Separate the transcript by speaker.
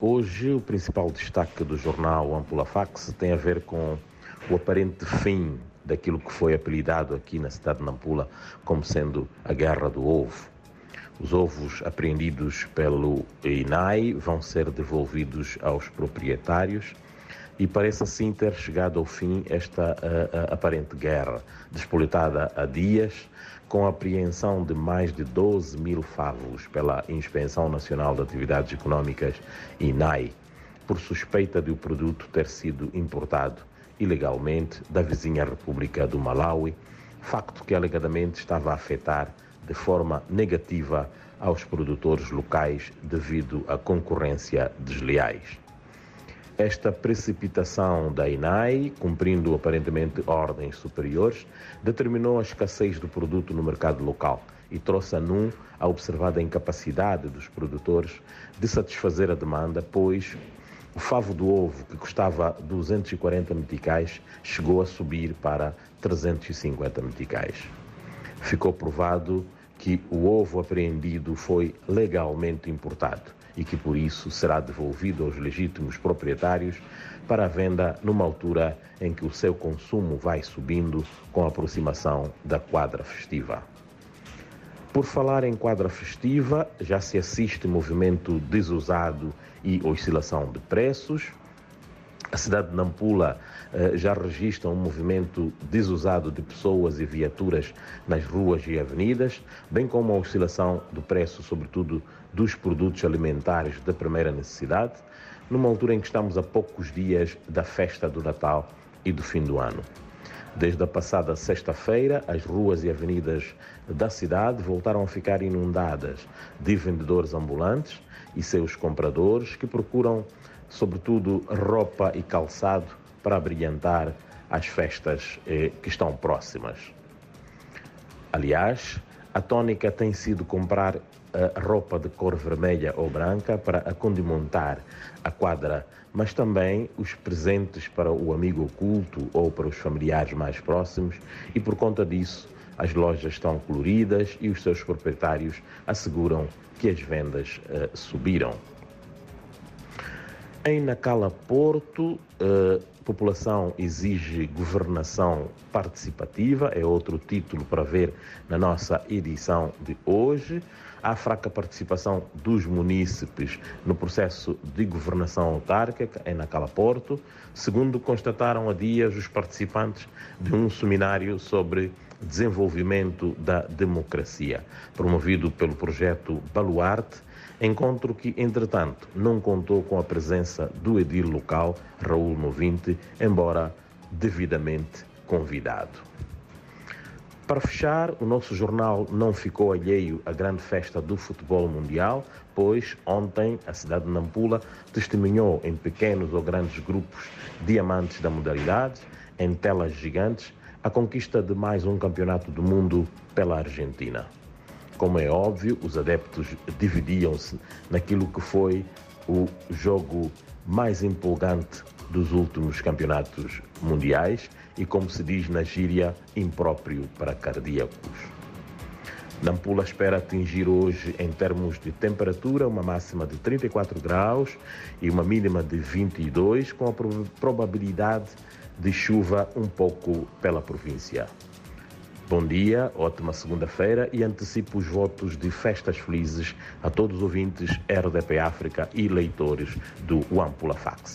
Speaker 1: Hoje, o principal destaque do jornal Ampula Fax tem a ver com o aparente fim daquilo que foi apelidado aqui na cidade de Nampula como sendo a Guerra do Ovo. Os ovos apreendidos pelo INAI vão ser devolvidos aos proprietários e parece assim ter chegado ao fim esta aparente guerra, despolitada há dias, com a apreensão de mais de 12 mil favos pela Inspeção Nacional de Atividades Econômicas, INAI, por suspeita de o produto ter sido importado ilegalmente da vizinha República do Malawi, facto que alegadamente estava a afetar de forma negativa aos produtores locais devido à concorrência desleais. Esta precipitação da INAI, cumprindo aparentemente ordens superiores, determinou a escassez do produto no mercado local e trouxe a observada incapacidade dos produtores de satisfazer a demanda, pois o favo do ovo, que custava 240 meticais, chegou a subir para 350 meticais. Ficou provado que o ovo apreendido foi legalmente importado e que por isso será devolvido aos legítimos proprietários para a venda numa altura em que o seu consumo vai subindo com a aproximação da quadra festiva. Por falar em quadra festiva, já se assiste movimento desusado e oscilação de preços. A cidade de Nampula já registra um movimento desusado de pessoas e viaturas nas ruas e avenidas, bem como a oscilação do preço, sobretudo dos produtos alimentares de primeira necessidade, numa altura em que estamos a poucos dias da festa do Natal e do fim do ano. Desde a passada sexta-feira, as ruas e avenidas da cidade voltaram a ficar inundadas de vendedores ambulantes e seus compradores que procuram, sobretudo, roupa e calçado para abrilhantar as festas que estão próximas. Aliás, a tónica tem sido comprar roupa de cor vermelha ou branca para acondimentar a quadra, mas também os presentes para o amigo oculto ou para os familiares mais próximos, e por conta disso as lojas estão coloridas e os seus proprietários asseguram que as vendas subiram. Em Nacala Porto, população exige governação participativa, é outro título para ver na nossa edição de hoje. Há fraca participação dos munícipes no processo de governação autárquica em Nacala Porto, segundo constataram há dias os participantes de um seminário sobre desenvolvimento da democracia, promovido pelo projeto Baluarte, encontro que, entretanto, não contou com a presença do edil local, Raul Novinte, embora devidamente convidado. Para fechar, o nosso jornal não ficou alheio à grande festa do futebol mundial, pois ontem a cidade de Nampula testemunhou em pequenos ou grandes grupos de amantes da modalidade, em telas gigantes, a conquista de mais um campeonato do mundo pela Argentina. Como é óbvio, os adeptos dividiam-se naquilo que foi o jogo mais empolgante dos últimos campeonatos mundiais e, como se diz na gíria, impróprio para cardíacos. Nampula espera atingir hoje, em termos de temperatura, uma máxima de 34 graus e uma mínima de 22, com a probabilidade de chuva um pouco pela província. Bom dia, ótima segunda-feira e antecipo os votos de festas felizes a todos os ouvintes RDP África e leitores do Ampula Fax.